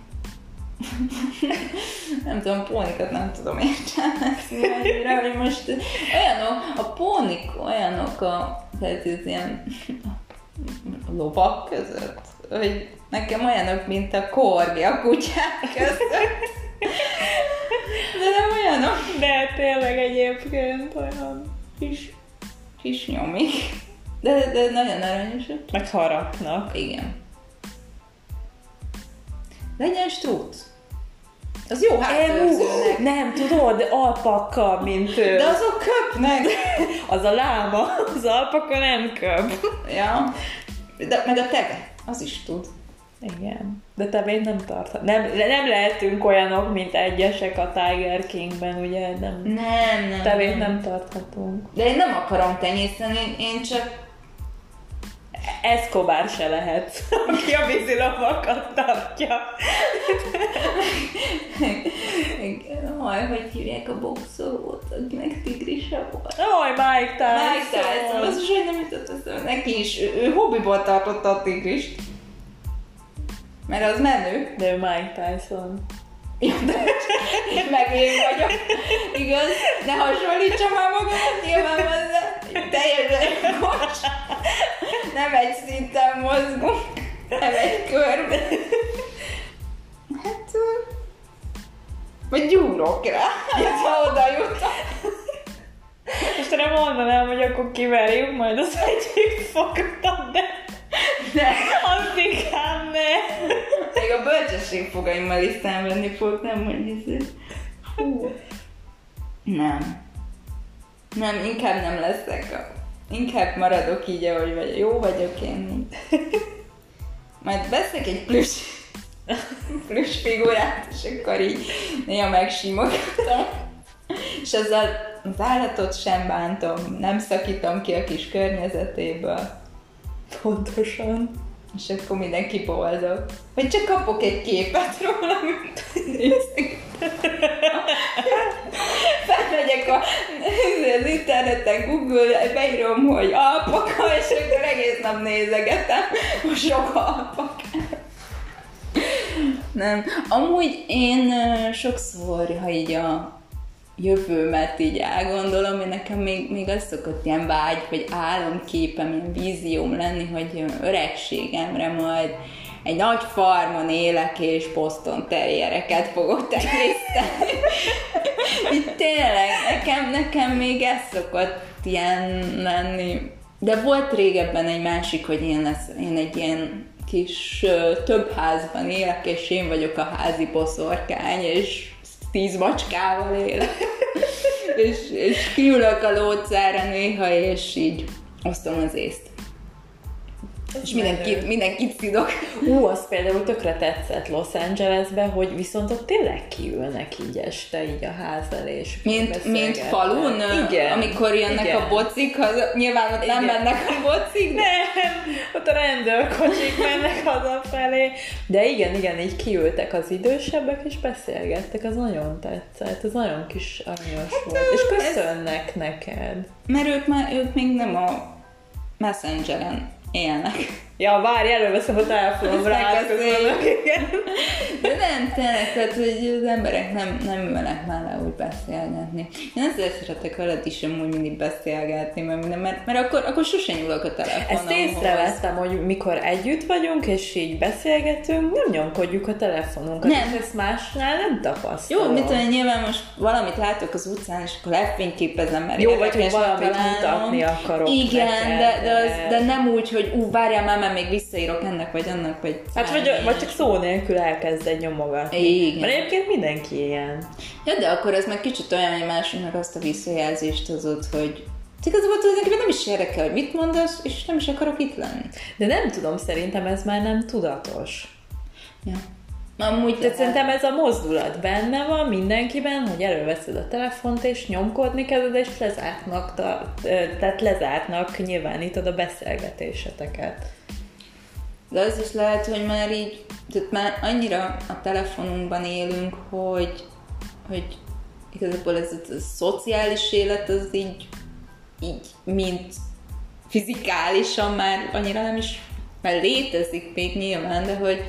Nem tudom, pónikat nem tudom értelmezni, hogy most olyanok, a pónik olyanok a, tehát ez ilyen a lovak között, hogy nekem olyanok, mint a korgi a kutyák között. De nem olyanok. De tényleg egyébként olyan Kis, kis nyomik. De, de nagyon aranyosak. meg harapnak. Igen. Legyen strúc. Az jó hátőrzőnek. Nem, tudod, alpaka, mint ő. De azok köpnek. Az a láma, az alpaka nem köp. Ja. De, meg a tege, az is tud. Igen. De tevét nem tarthat. Nem, nem lehetünk olyanok, mint egyesek a Tiger Kingben, ugye? Nem, Nem, nem. tevét nem tarthatunk. De én nem akarom tenyészteni, én csak... Escobar se lehet, aki a vízilavakat tartja. Haj, hogy hívják a boxolót, akinek tigrisa volt. Oj, Mike Tyson. Mike Tyson, az is, hogy nem jutott eszembe. Neki is, ő, ő hobbiból tartotta a tigrist. Mert az menő. De ő Mike Tyson. Ja, de én meg én vagyok. Igaz? Ne hasonlítsam már magamat, nyilván ezzel. Teljesen most. Nem egy szinten mozgunk. Nem egy körbe. Hát... Vagy gyúrok rá, ha oda jutok. Most nem mondanám, hogy akkor kiverjük majd az egyik fogadat, de... Ne. Azt inkább ne. Még a bölcsesség fogaimmal is szenvedni fogok, nem mondj ezt. Hú. Nem. Nem, inkább nem leszek. A... Inkább maradok így, ahogy vagyok. Jó vagyok én. Majd veszek egy plusz, plusz figurát, és akkor így néha megsimogatom. És azzal az állatot sem bántom, nem szakítom ki a kis környezetéből. Pontosan. És akkor mindenki boldog. Vagy csak kapok egy képet róla, mint nézzük. Felmegyek a, az interneten, Google, beírom, hogy alpaka, és akkor egész nap nézegetem a sok alpakát. Nem. Amúgy én sokszor, ha így a jövőmet így elgondolom, én nekem még, még az szokott ilyen vágy, vagy álomképem, ilyen vízióm lenni, hogy öregségemre majd egy nagy farmon élek, és Boston terriereket fogok tenyészteni. Így tényleg, nekem, nekem még ez szokott ilyen lenni. De volt régebben egy másik, hogy én, lesz, én egy ilyen kis uh, több házban élek, és én vagyok a házi boszorkány, és tíz macskával élek. és, és kiülök a lócára néha, és így osztom az észt. És mindenkit, mindenkit szidok. Ú, az például tökre tetszett Los Angelesbe, hogy viszont ott tényleg kiülnek így este, így a ház elé, és Mint, mint falun? Igen. Amikor jönnek igen. a bocik, haza, nyilván ott igen. nem mennek a bocik. De... Nem, ott a rendőrkocsik mennek hazafelé. De igen, igen, így kiültek az idősebbek, és beszélgettek, az nagyon tetszett, ez nagyon kis aranyos hát, volt. És köszönnek ez... neked. Mert ők, már, ők még nem a Messengeren élnek. Ja, várj, előveszem a telefonom, ráköszönök, igen. De nem, tényleg, tehát, hogy az emberek nem, nem ülnek már le úgy beszélgetni. Én ezért szeretek veled is amúgy mindig beszélgetni, mert, minden, mert, mert akkor, akkor sosem nyúlok a telefonomhoz. Ezt észrevettem, hogy mikor együtt vagyunk, és így beszélgetünk, nem nyomkodjuk a telefonunkat. Nem. Ezt másnál nem tapasztalom. Jó, mit tudom, nyilván most valamit látok az utcán, és akkor lefényképezem, mert jó, vagy hogy valamit mutatni akarok. Igen, de, de, az, de nem úgy, hogy ú, várjál már, mert még visszaírok ennek, vagy annak, vagy... Hát vagy, vagy csak szó nélkül elkezded nyomogatni. Igen. Mert egyébként mindenki ilyen. Ja, de akkor ez meg kicsit olyan, hogy másunknak azt a visszajelzést hozott, hogy igazából tulajdonképpen nem is érdekel, hogy mit mondasz, és nem is akarok itt lenni. De nem tudom, szerintem ez már nem tudatos. Ja. Amúgy tehát szerintem ez a mozdulat benne van mindenkiben, hogy előveszed a telefont, és nyomkodni kezded, és lezártnak, tehát lezártnak nyilvánítod a beszélgetéseteket. De az is lehet, hogy már így, tehát már annyira a telefonunkban élünk, hogy, hogy igazából ez a, a szociális élet az így, így, mint fizikálisan már annyira nem is, mert létezik még nyilván, de hogy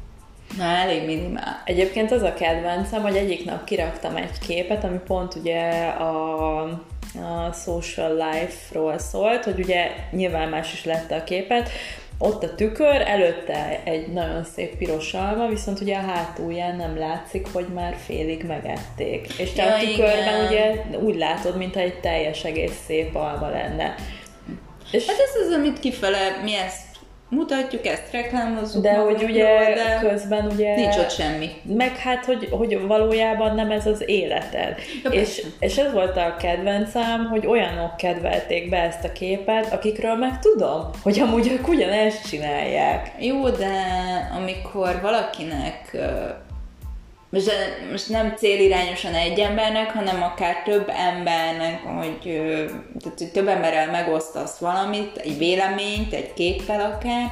már elég minimál. Egyébként az a kedvencem, hogy egyik nap kiraktam egy képet, ami pont ugye a, a social life-ról szólt, hogy ugye nyilván más is lett a képet, ott a tükör, előtte egy nagyon szép piros alma, viszont ugye a hátulján nem látszik, hogy már félig megették. És te ja, a tükörben igen. ugye úgy látod, mintha egy teljes egész szép alma lenne. És hát ez az, amit kifele, mi ezt mutatjuk, ezt reklámozzuk. De hogy ugye de közben ugye... Nincs ott semmi. Meg hát, hogy, hogy valójában nem ez az életed. Ja, és, és ez volt a kedvencem, hogy olyanok kedvelték be ezt a képet, akikről meg tudom, hogy amúgy ők ugyanezt csinálják. Jó, de amikor valakinek... Most, most nem célirányosan egy embernek, hanem akár több embernek, hogy, tehát, hogy több emberrel megosztasz valamit, egy véleményt, egy képpel akár,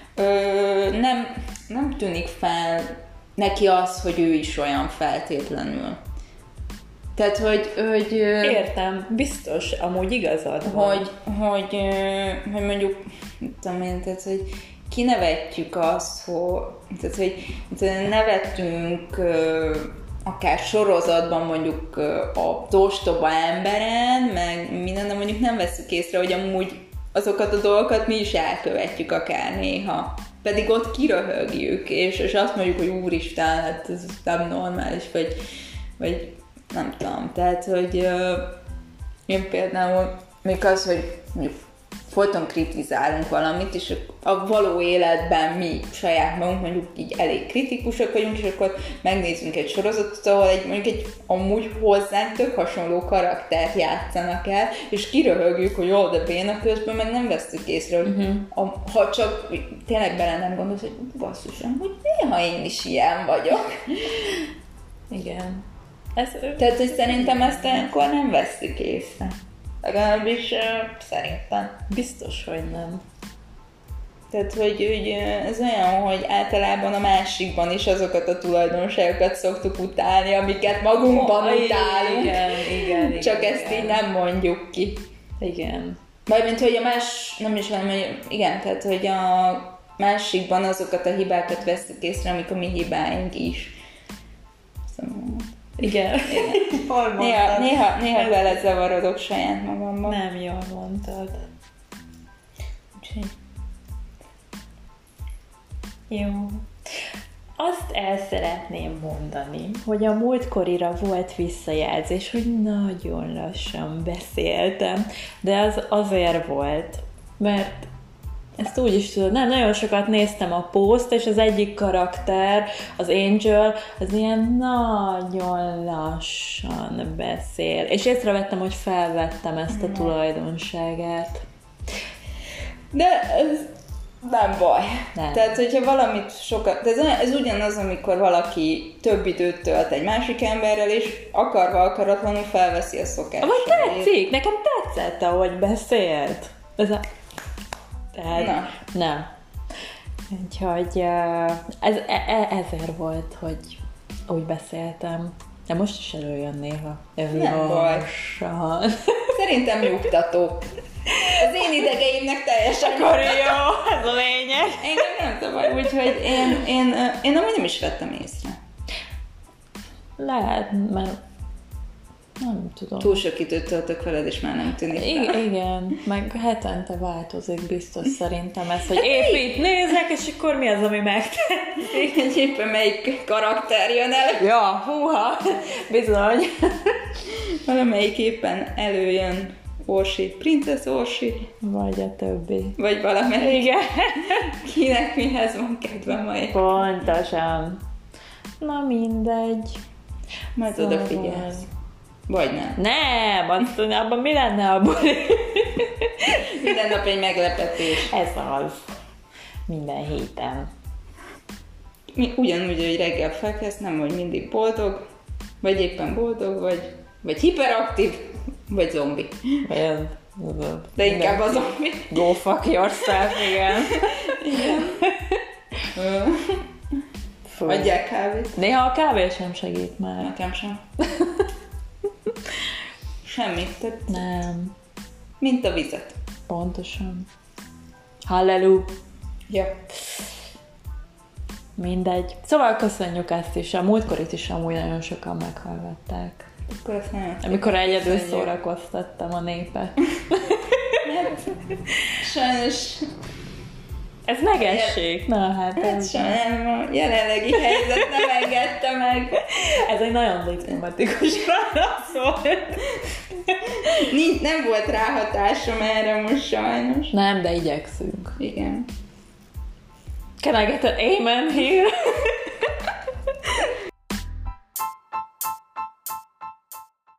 nem, nem tűnik fel neki az, hogy ő is olyan feltétlenül. Tehát, hogy... hogy Értem, biztos, amúgy igazad van. Hogy, hogy, hogy mondjuk, tudom én, tehát, hogy kinevetjük azt, hogy, tehát, hogy nevetünk akár sorozatban mondjuk a ostoba emberen, meg minden, de mondjuk nem veszük észre, hogy amúgy azokat a dolgokat mi is elkövetjük akár néha. Pedig ott kiröhögjük, és, és azt mondjuk, hogy úristen, hát ez nem normális, vagy, vagy nem tudom. Tehát, hogy uh, én például még az, hogy mondjuk folyton kritizálunk valamit, és a való életben mi saját magunk mondjuk így elég kritikusak vagyunk, és akkor megnézzünk egy sorozatot, ahol egy, mondjuk egy amúgy hozzánk tök hasonló karaktert játszanak el, és kiröhögjük, hogy jó, de béna, közben meg nem vesztük észre, hogy uh-huh. a, ha csak tényleg bele nem gondolsz, hogy basszus, hogy néha én is ilyen vagyok. Igen. Ez, Tehát, hogy szerintem ezt akkor nem veszük észre. Legalábbis uh, szerintem. Biztos, hogy nem. Tehát, hogy, hogy ez olyan, hogy általában a másikban is azokat a tulajdonságokat szoktuk utálni, amiket magunkban oh, utálunk. Igen, igen, Csak igen, ezt igen. így nem mondjuk ki. Igen. Mármint, hogy a más, nem is van, hogy igen, tehát, hogy a másikban azokat a hibákat veszük észre, amik a mi hibáink is. Szóval... Igen. Igen. néha, néha, néha belezavarodok saját magamban. Nem jól mondtad. Úgyhogy. Jó. Azt el szeretném mondani, hogy a múltkorira volt visszajelzés, hogy nagyon lassan beszéltem, de az azért volt, mert ezt úgy is tudod, nem, nagyon sokat néztem a post, és az egyik karakter, az Angel, az ilyen nagyon lassan beszél. És észrevettem, hogy felvettem ezt a tulajdonságát. De ez nem baj. Nem. Tehát, hogyha valamit sokat... Ez, ez ugyanaz, amikor valaki több időt tölt egy másik emberrel, és akarva akaratlanul felveszi a szokást. Vagy tetszik, nekem tetszett, ahogy beszélt. Ez a... Tehát, Na. nem. Úgyhogy ez, e, ezért volt, hogy úgy beszéltem. De most is előjön néha. Nem baj. Szerintem nyugtató. Az én idegeimnek teljesen akkor jó, ez a lényeg. Én nem tudom, úgyhogy én, én, én amúgy nem is vettem észre. Lehet, mert nem tudom. Túl sok időt töltök veled, és már nem tűnik I- Igen, meg hetente változik biztos szerintem ez, hogy épp itt nézek, és akkor mi az, ami megtetszik? Egy éppen melyik karakter jön elő? Ja, húha, bizony. Valamelyik éppen előjön Orsi, Princess Orsi. Vagy a többi. Vagy valamelyik. Igen. Kinek mihez van kedve majd. Pontosan. Na mindegy. Majd szóval odafigyelsz. Vagy nem. Nem, azt, abban mi lenne abból? Minden nap egy meglepetés. Ez az. Minden héten. Mi ugyanúgy, hogy reggel felkelsz, nem vagy mindig boldog, vagy éppen boldog, vagy, vagy hiperaktív, vagy zombi. Olyan. De inkább a zombi. Go fuck yourself, igen. Igen. Adják kávét. Néha a kávé sem segít már. Nekem sem. Semmit. Tehát nem. Mint a vizet. Pontosan. Halleluja. Ja. Mindegy. Szóval köszönjük ezt is. A múltkorit is amúgy nagyon sokan meghallgatták. Akkor ezt nem. Amikor egyedül szórakoztattam a népet. Sajnos Ez megesség. Na hát. Hát sajnálom, a jelenlegi helyzet nem engedte meg. Ez egy nagyon diplomatikus válasz volt. Nincs, nem volt ráhatásom erre most sajnos. Nem, de igyekszünk. Igen. Can I get an amen here?